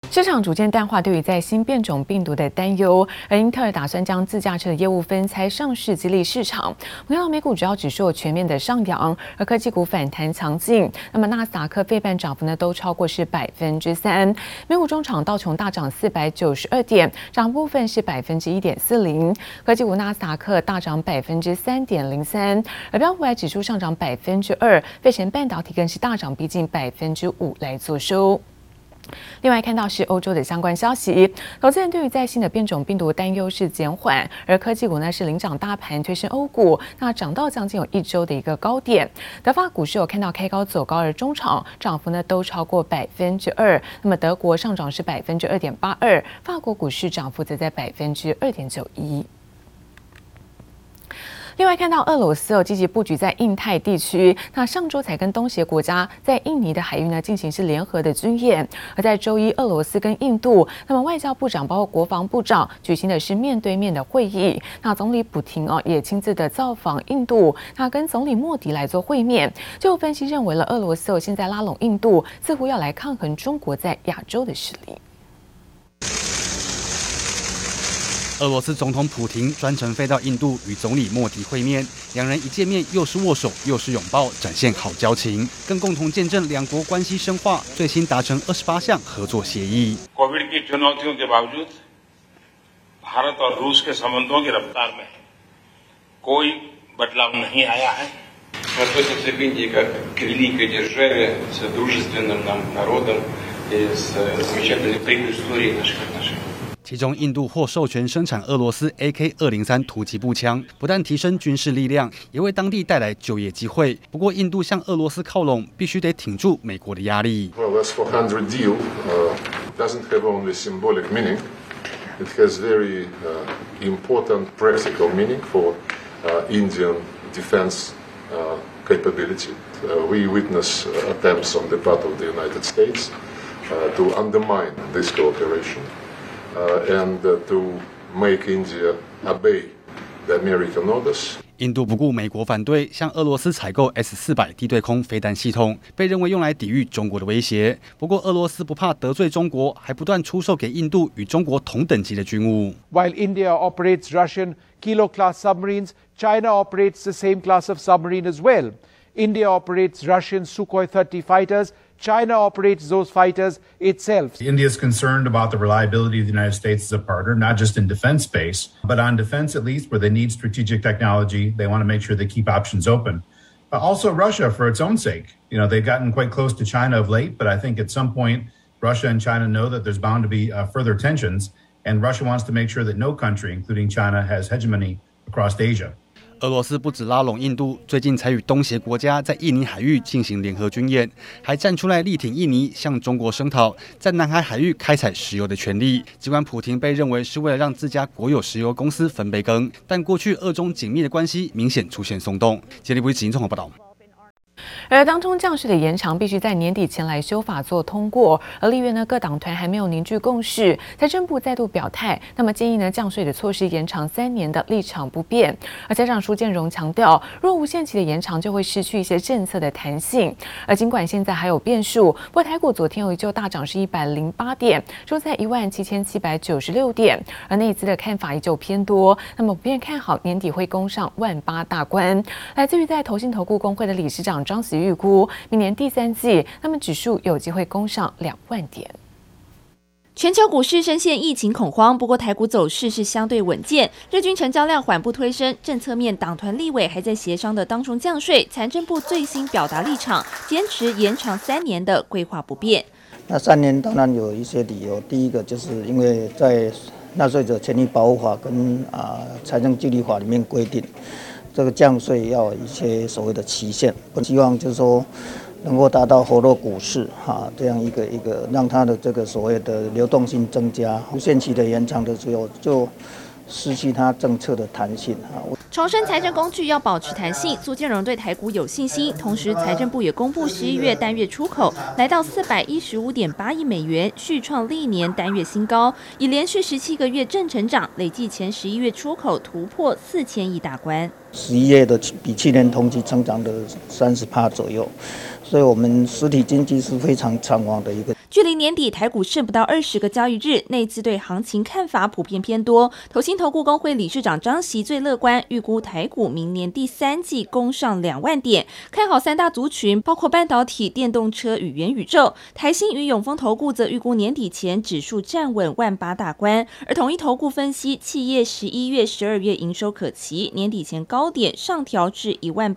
市场逐渐淡化对于在新变种病毒的担忧，而英特尔打算将自驾车的业务分拆上市，激励市场。我们看到美股主要指数全面的上扬，而科技股反弹强劲。那么纳斯达克、费半涨幅呢都超过是3%。美股中场道琼大涨492点，涨部分是1.40%。科技股纳斯达克大涨3.03%，而标普指数上涨2%，费城半导体更是大涨逼近5%来做收。另外看到是欧洲的相关消息，投资人对于在新的变种病毒担忧是减缓，而科技股呢是领涨大盘推升欧股，那涨到将近有1周的一个高点。德法股市有看到开高走高，而中场涨幅呢都超过2%。那么德国上涨是2.82%，法国股市涨幅则在2.91%。另外看到俄罗斯积极布局在印太地区，那上周才跟东协国家在印尼的海域呢进行是联合的军演，而在周一俄罗斯跟印度，那么外交部长包括国防部长举行的是面对面的会议，那总理普廷也亲自的造访印度，那跟总理莫迪来做会面。就分析认为了俄罗斯现在拉拢印度，似乎要来抗衡中国在亚洲的实力。 俄罗斯总统普廷专程飞到印度与总理莫迪会面，两人一见面又是握手又是拥抱，展现好交情，更共同见证两国关系深化，最新达成28项合作协议。 कोविड की चुनौतियों के बावजूद भारत और रूस के संबंधों की रफ्तार में कोई बदलाव नहीं आया है. Находится в Индии как великой державе с дружественным нам народом и с замечательной предысторией наших отношений. 其中，印度获授权生产俄罗斯 AK-203突击步枪，不但提升军事力量，也为当地带来就业机会。不过，印度向俄罗斯靠拢，必须得挺住美国的压力。 Well, S-400 deal doesn't have only symbolic meaning; it has very important practical meaning for Indian defense capability. We witness attempts on the part of the United States to undermine this cooperation. And to make India obey the American orders. 印度不顾美国反对，向俄罗斯采购 S-400地对空飞弹系统，被认为用来抵御中国的威胁。不过，俄罗斯不怕得罪中国，还不断出售给印度与中国同等级的军务。 While India operates Russian Kilo-class submarines, China operates the same class of submarine as well. India operates Russian Sukhoi 30 fighters. China operates those fighters itself. India is concerned about the reliability of the United States as a partner, not just in defense space, but on defense at least, where they need strategic technology. They want to make sure they keep options open. Also Russia for its own sake. You know, they've gotten quite close to China of late, but I think at some point Russia and China know that there's bound to be further tensions, and Russia wants to make sure that no country, including China, has hegemony across Asia. 俄罗斯不止拉拢印度，最近才与东协国家在印尼海域进行联合军演，还站出来力挺印尼，向中国声讨在南海海域开采石油的权利。尽管普廷被认为是为了让自家国有石油公司分杯羹，但过去俄中紧密的关系明显出现松动。接力部记者综合报道。 而当中降税的延长必须在年底前来修法做通过，而立院呢各党团还没有凝聚共识，财政部再度表态，那么建议呢降税的措施延长3年的立场不变。而财长苏建荣强调，若无限期的延长，就会失去一些政策的弹性。而尽管现在还有变数，不过台股昨天有依旧大涨是108点，收在17796点，而内资的看法依旧偏多，那么普遍看好年底会攻上18000大关。来自于在投信投顾公会的理事长张子预估明年第3季，那么指数有机会攻上2万点。 全球股市深陷疫情恐慌，不过台股走势是相对稳健，日均成交量缓步推升。政策面，党团立委还在协商的当中降税，财政部最新表达立场，坚持延长3年的规划不变。 那3年当然有一些理由，第一个就是因为在纳税者权益保护法跟财政纪律法里面规定，这个降税要有一些所谓的期限，希望就是说能够达到活络股市这样一个让它的这个所谓的流动性增加，无限期的延长的时候就失去它政策的弹性重申财政工具要保持弹性，苏建荣对台股有信心。同时，财政部也公布11月单月出口来到415.8亿美元，续创历年单月新高，已连续17个月正成长，累计前11月出口突破4000亿大关。 11月的比去年同期成长的30%左右，所以我们实体经济是非常畅旺的一个。 据距离年底台股剩不到20个交易日，内资对行情看法普遍偏多。投信投顾公会理事长张席最乐观，预估台股明年第3季攻上2万点，看好3大族群，包括半导体、电动车与元宇宙。台新与永丰投顾则预估年底前指数站稳18000大关，而统一投顾分析企业11月、12月营收可期，年底前高点上调至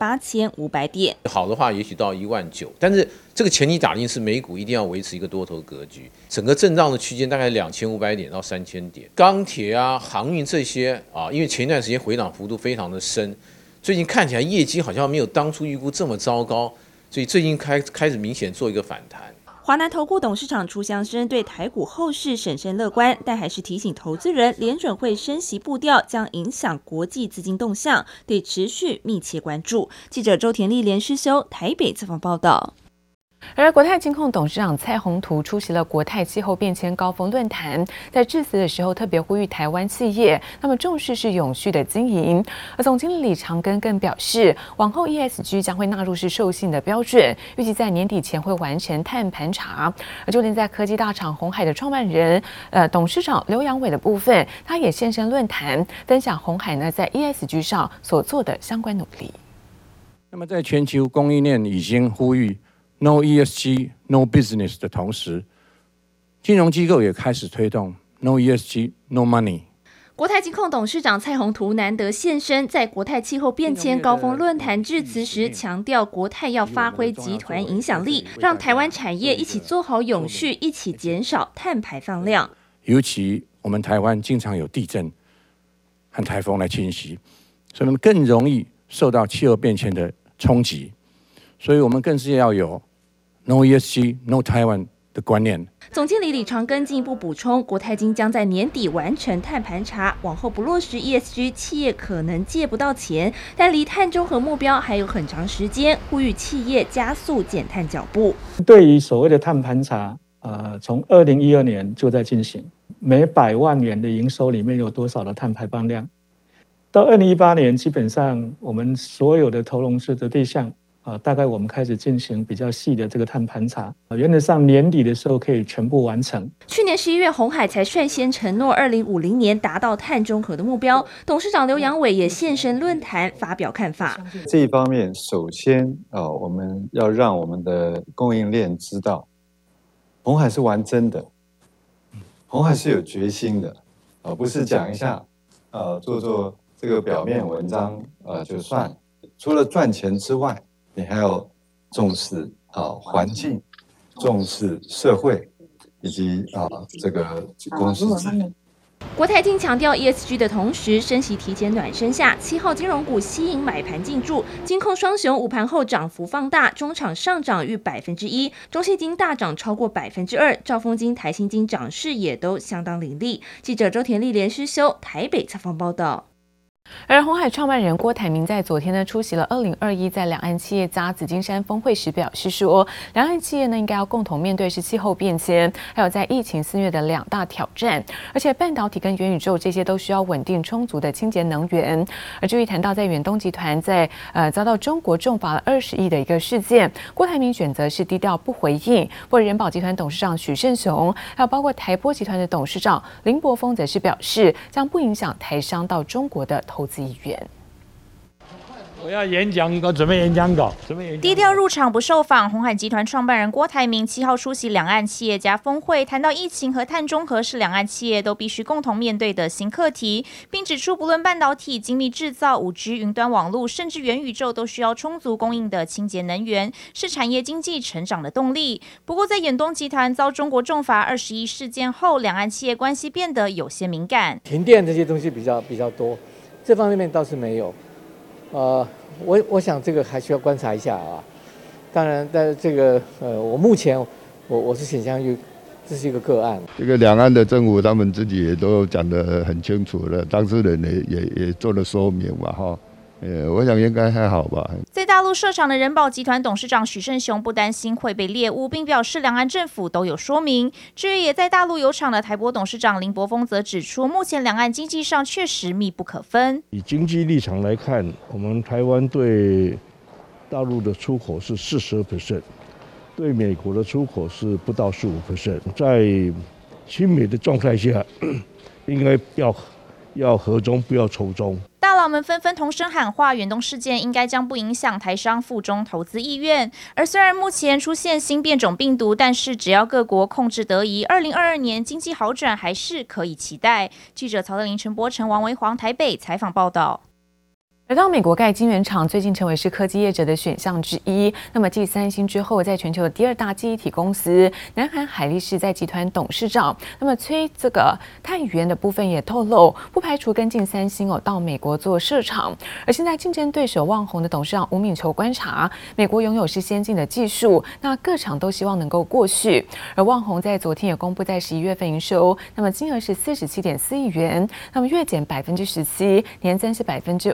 18500点。 好的话，也许到19000，但是这个前提打定是美股一定要维持一个多头格局，整个震荡的区间大概2500点到3000点。钢铁啊、航运这些啊，因为前一段时间回档幅度非常的深，最近看起来业绩好像没有当初预估这么糟糕，所以最近开始明显做一个反弹。 华南投顾董事长楚祥生对台股后市审慎乐观，但还是提醒投资人，联准会升息步调将影响国际资金动向，得持续密切关注。记者周田丽、连诗修台北采访报道。 而国泰金控董事长蔡宏图出席了国泰气候变迁高峰论坛，在致辞的时候特别呼吁台湾企业那么重视是永续的经营。而总经理李长庚更表示，往后 ESG 将会纳入是授信的标准，预计在年底前会完成碳盘查。而就连在科技大厂鸿海的创办人董事长刘扬伟的部分，他也现身论坛，分享鸿海呢在 ESG 上所做的相关努力。 那么在全球供应链已经呼吁No ESG, No Business 的同时，金融机构也开始推动 No ESG, No Money。 国泰金控董事长蔡宏图难得现身，在国泰气候变迁高峰论坛致辞时，强调国泰要发挥集团影响力，让台湾产业一起做好永续，一起减少碳排放量。 尤其我们台湾经常有地震和台风来侵袭，所以我们更容易受到气候变迁的冲击，所以我们更是要有No ESG, No Taiwan 的观念。 总经理李长庚进一步补充，国泰金将在年底完成碳盘查，往后不落实 ESG， 企业可能借不到钱，但离碳中和目标还有很长时间，呼吁企业加速减碳脚步。 对于所谓的碳盘查，从2012年就在进行，每100万元的营收里面有多少的碳排放量？到2018年，基本上我们所有的投融资的对象。大概我们开始进行比较细的这个碳盘查，原则上年底的时候可以全部完成。 去年11月，鸿海才率先承诺2050年达到碳中和的目标。董事长刘扬伟也现身论坛发表看法。 这一方面，首先我们要让我们的供应链知道，鸿海是玩真的，鸿海是有决心的，不是讲一下，做这个表面文章就算。除了赚钱之外，你还要重视环境，重视社会，以及这个公司治理。 国泰金强调 ESG 的同时，升息提前暖身下，7号金融股吸引买盘进驻，金控双雄午盘后涨幅放大，中场上涨逾1%，中信金大涨超过2%，兆丰金、台新金涨势也都相当凌厉。记者周田丽、连诗修台北采访报道。 而鸿海创办人郭台铭在昨天呢出席了2021在两岸企业家紫金山峰会时表示说，两岸企业呢应该要共同面对是气候变迁，还有在疫情肆虐的2大挑战，而且半导体跟元宇宙这些都需要稳定充足的清洁能源。而至于谈到在远东集团在遭到中国重罚了20亿的一个事件，郭台铭选择是低调不回应。不过人保集团董事长许胜雄，还有包括台玻集团的董事长林柏峰则是表示，将不影响台商到中国的投资意愿。 我要演讲稿，准备演讲稿。 低调入场不受访，鸿海集团创办人郭台铭7号出席两岸企业家峰会，谈到疫情和碳中和是两岸企业都必须共同面对的新课题，并指出不论半导体、精密制造、5G、云端网络，甚至元宇宙，都需要充足供应的清洁能源，是产业经济成长的动力。不过，在远东集团遭中国重罚20亿事件后，两岸企业关系变得有些敏感。 停电这些东西比较多，这方面倒是没有。我想这个还需要观察一下啊。当然，但是这个我目前我是倾向于这是一个个案。 这个两岸的政府他们自己也都讲得很清楚了，当事人也做了说明嘛哈。我想应该还好吧。 在大陆设厂的人保集团董事长许胜雄不担心会被猎巫，并表示两岸政府都有说明。至于也在大陆有厂的台玻董事长林柏峰则指出，目前两岸经济上确实密不可分。 以经济立场来看，我们台湾对大陆的出口是40%， 对美国的出口是不到15%，在亲美的状态下，应该要和中，不要仇中。 大佬们纷纷同声喊话，远东事件应该将不影响台商赴中投资意愿。而虽然目前出现新变种病毒，但是只要各国控制得宜，2022年经济好转还是可以期待。记者曹德林、陈柏成、王维煌台北采访报道。 而到美国盖晶圆厂最近成为是科技业者的选项之一。那么继三星之后，在全球的第2大记忆体公司南韩海力士在集团董事长那么崔这个泰元的部分也透露，不排除跟进三星到美国做设厂。而现在竞争对手旺宏的董事长吴敏球观察，美国拥有是先进的技术，那各厂都希望能够过续。而旺宏在昨天也公布在11月份营收，那么金额是47.4亿元，那么月减17%，年增是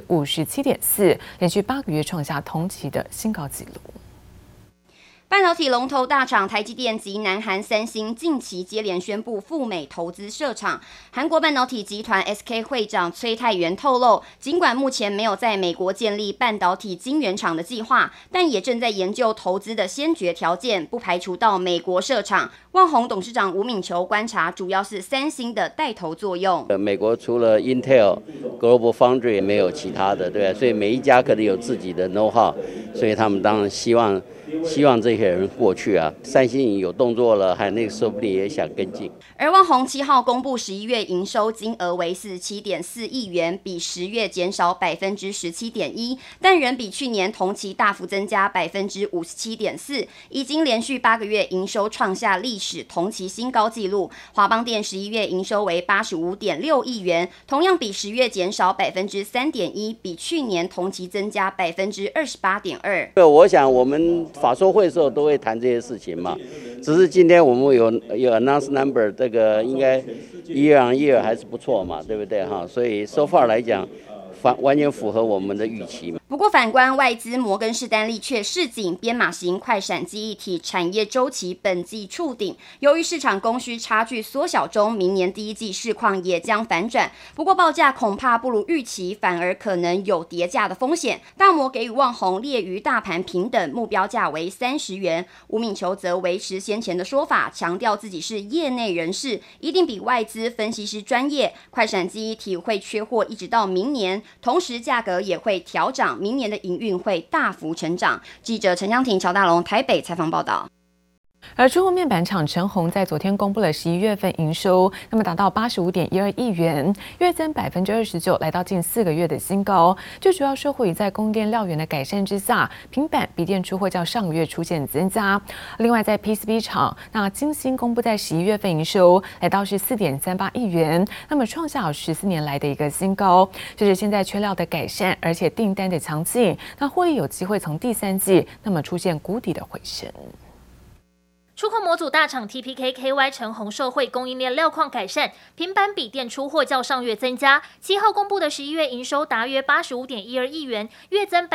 57.4%，连续8个月创下同期的新高纪录。 半导体龙头大厂台积电及南韩三星近期接连宣布赴美投资设厂。韩国半导体集团 SK 会长崔泰元透露，尽管目前没有在美国建立半导体晶圆厂的计划，但也正在研究投资的先决条件，不排除到美国设厂。旺宏董事长吴敏球观察，主要是三星的带头作用。 美国除了 Intel、Global Foundry 也没有其他的，对吧？所以每一家可能有自己的 know-how， 所以他们当然希望这些人过去啊。三星有动作了，海内说不定也想跟进。 而旺宏7号公布11月营收金额为47.4亿元，比10月减少17.1%，但仍比去年同期大幅增加57.4%，已经连续8个月营收创下历史同期新高纪录。华邦电11月营收为85.6亿元，同样比10月减少3.1%，比去年同期增加28.2%。 我想我们法说会的时候都会谈这些事情嘛，只是今天我们有 announce number， 这个应该 year on year 还是不错嘛，对不对哈？所以 so far 来讲，完全符合我们的预期。 不过反观外资摩根士丹利却示警，编码型快闪记忆体产业周期本季触顶，由于市场供需差距缩小中，明年第一季市况也将反转。不过报价恐怕不如预期，反而可能有跌价的风险。大摩给予旺宏列于大盘平等，目标价为30元。吴敏球则维持先前的说法，强调自己是业内人士，一定比外资分析师专业。快闪记忆体会缺货一直到明年，同时价格也会调涨。明年的营运会大幅成长。记者陈湘婷、乔大龙台北采访报道。 而出货面板厂成鸿在昨天公布了11月份营收，那么达到85.12亿元，月增29%，来到近4个月的新高。最主要受惠于在供应链料源的改善之下，平板、笔电出货较上个月出现增加。另外，在 PCB 厂，那晶芯公布在11月份营收来到是4.38亿元，那么创下14年来的一个新高。就是现在缺料的改善，而且订单的强劲，那获利有机会从第3季那么出现谷底的回升。 出口模组大厂 TPK-KY 成鸿受惠供应链料况改善，平板笔电出货较上月增加。7号公布的11月营收达约85.12亿元，月增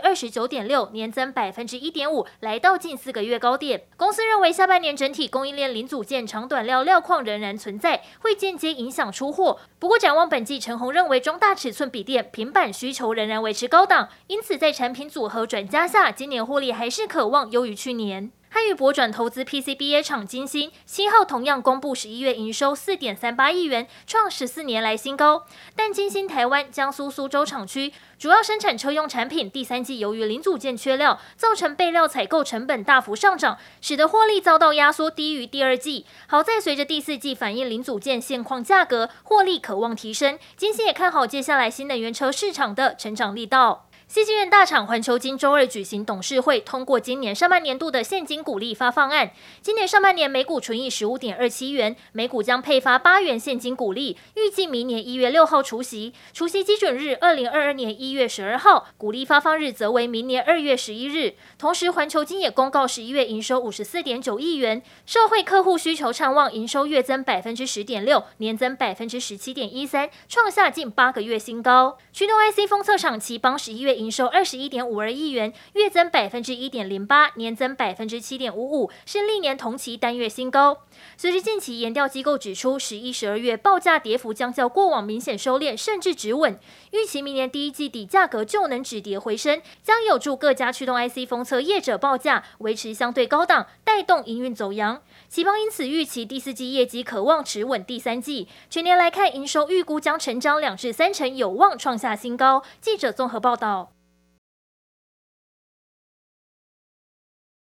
29.6%，年增1.5%，来到近4个月高点。公司认为下半年整体供应链零组件长短料料况仍然存在，会间接影响出货。不过展望本季，成鸿认为中大尺寸笔电、平板需求仍然维持高档，因此在产品组合转加下，今年获利还是可望优于去年。汉语博转投资 PCBA 厂晶芯7号同样公布11月营收4.38亿元，创14年来新高。但晶芯台湾、江苏苏州厂区主要生产车用产品，第3季由于零组件缺料，造成备料采购成本大幅上涨，使得获利遭到压缩，低于第2季。好在随着第4季反映零组件现况价格，获利可望提升。晶芯也看好接下来新能源车市场的成长力道。矽晶圆大厂环球晶周2举行董事会，通过今年上半年度的现金股利发放案。今年上半年每股纯益15.27元，每股将配发8元现金股利，预计明年1月6号除息，除息基准日2022年1月12号，股利发放日则为明年2月11日。同时，环球晶也公告11月营收54.9亿元，受惠客户需求畅旺，营收月增10.6%，年增17.13%，创下近8个月新高。驱动 IC 封测厂奇邦11月营收21.52亿元，月增1.08%，年增7.55%，是历年同期单月新高。随着近期研调机构指出，11、12月报价跌幅将较过往明显收敛，甚至止稳，预期明年第一季底价格就能止跌回升，将有助各家驱动 IC 封测业者报价维持相对高档，带动营运走扬。頎邦因此预期第四季业绩可望持稳第三季，全年来看，营收预估将成长2至3成，有望创下新高。记者综合报道。